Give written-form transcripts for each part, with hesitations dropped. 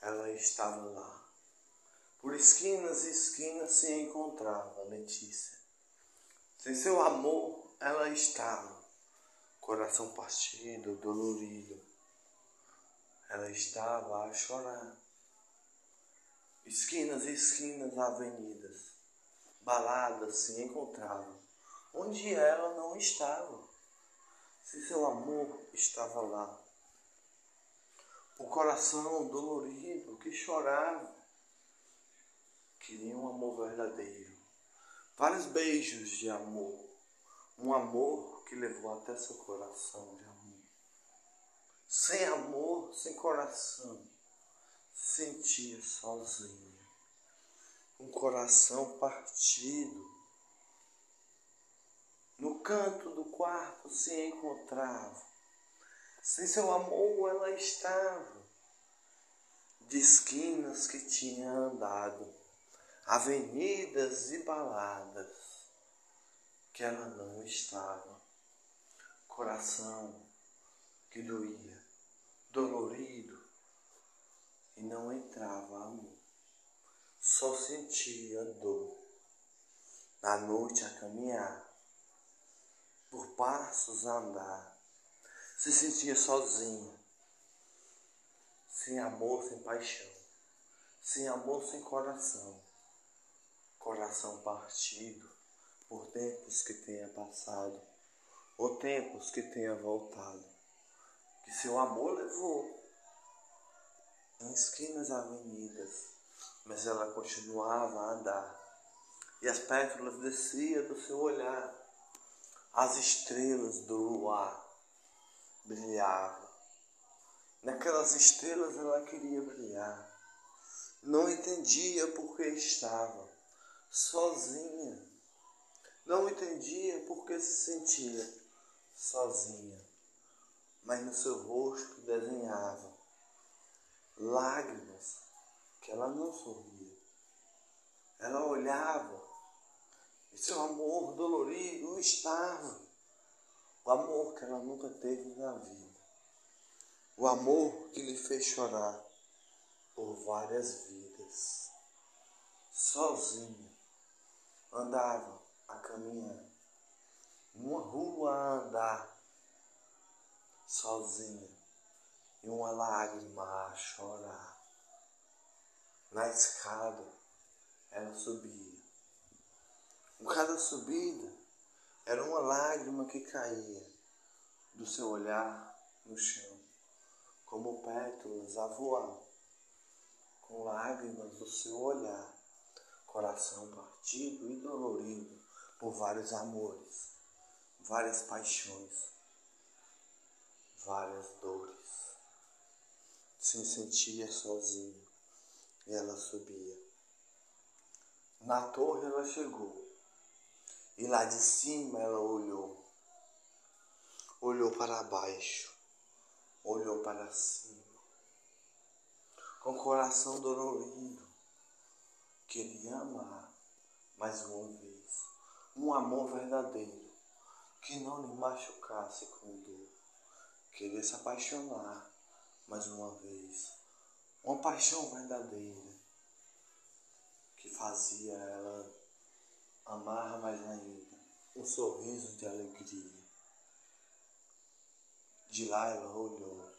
ela estava lá. Por esquinas e esquinas se encontrava Letícia. Sem seu amor, ela estava, coração partido, dolorido. Ela estava a chorar. Esquinas e esquinas, avenidas, baladas se encontravam, onde ela não estava. Se seu amor estava lá. O coração dolorido que chorava, queria um amor verdadeiro. Vários beijos de amor. Um amor que levou até seu coração de amor. Sem amor, sem coração, se sentia sozinha. Um coração partido. No canto do quarto se encontrava. Sem seu amor ela estava. De esquinas que tinha andado, avenidas e baladas, que ela não estava. Coração que doía, dolorido, e não entrava amor. Só sentia dor. Na noite a caminhar, por passos a andar, se sentia sozinha. Sem amor, sem paixão. Sem amor, sem coração. Coração partido por tempos que tenha passado, ou tempos que tenha voltado, que seu amor levou em esquinas avenidas, mas ela continuava a andar, e as pétalas desciam do seu olhar, as estrelas do luar brilhavam. Naquelas estrelas ela queria brilhar, não entendia por que estava sozinha, não entendia por que se sentia sozinha, mas no seu rosto desenhava lágrimas que ela não sorria. Ela olhava e seu amor dolorido estava, o amor que ela nunca teve na vida, o amor que lhe fez chorar por várias vidas. Sozinha andava a caminhar, numa rua a andar, sozinha, e uma lágrima a chorar. Na escada ela subia. Em cada subida era uma lágrima que caía do seu olhar no chão, como pétalas a voar, com lágrimas do seu olhar, coração partido e dolorido por vários amores, várias paixões, várias dores. Se sentia sozinha e ela subia. Na torre ela chegou e lá de cima ela olhou. Olhou para baixo, olhou para cima. Com o coração dolorido, queria amar mais uma vez. Um amor verdadeiro, que não lhe machucasse com dor. Queria se apaixonar mais uma vez. Uma paixão verdadeira, que fazia ela amar mais ainda. Um sorriso de alegria. De lá ela olhou.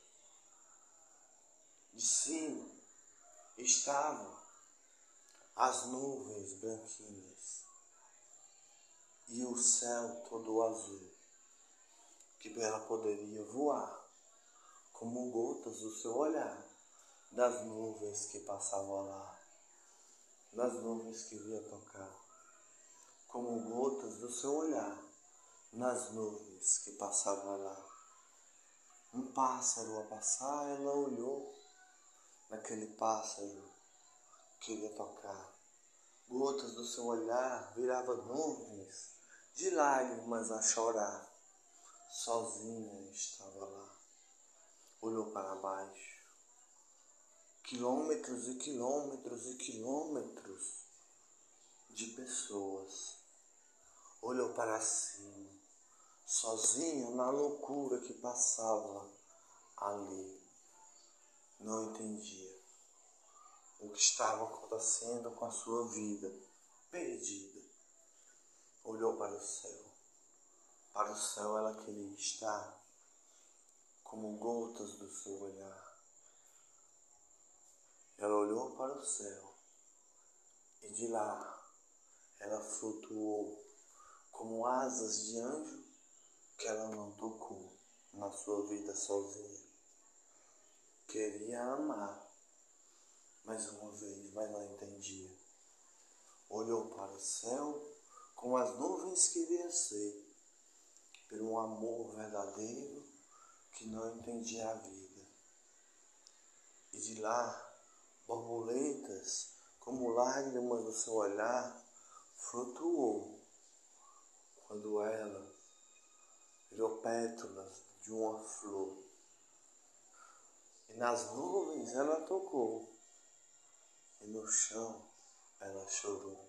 De cima estavam as nuvens branquinhas e o céu todo azul, que ela poderia voar, como gotas do seu olhar, das nuvens que passavam lá, das nuvens que ia tocar, como gotas do seu olhar, nas nuvens que passavam lá. Um pássaro a passar, ela olhou naquele pássaro que ia tocar. Gotas do seu olhar viravam nuvens de lágrimas a chorar. Sozinha estava lá. Olhou para baixo. Quilômetros e quilômetros e quilômetros de pessoas. Olhou para cima. Sozinha na loucura que passava ali. Não entendia. o que estava acontecendo com a sua vida, perdida. Olhou para o céu. Para o céu ela queria estar, como gotas do seu olhar. Ela olhou para o céu e de lá ela flutuou como asas de anjo que ela não tocou na sua vida sozinha. Queria amar mais uma vez, mas não entendia. Olhou para o céu como as nuvens queriam ser, por um amor verdadeiro que não entendia a vida. E de lá, borboletas, como lágrimas do seu olhar, flutuou quando ela virou pétalas de uma flor. E nas nuvens ela tocou, e no chão ela chorou.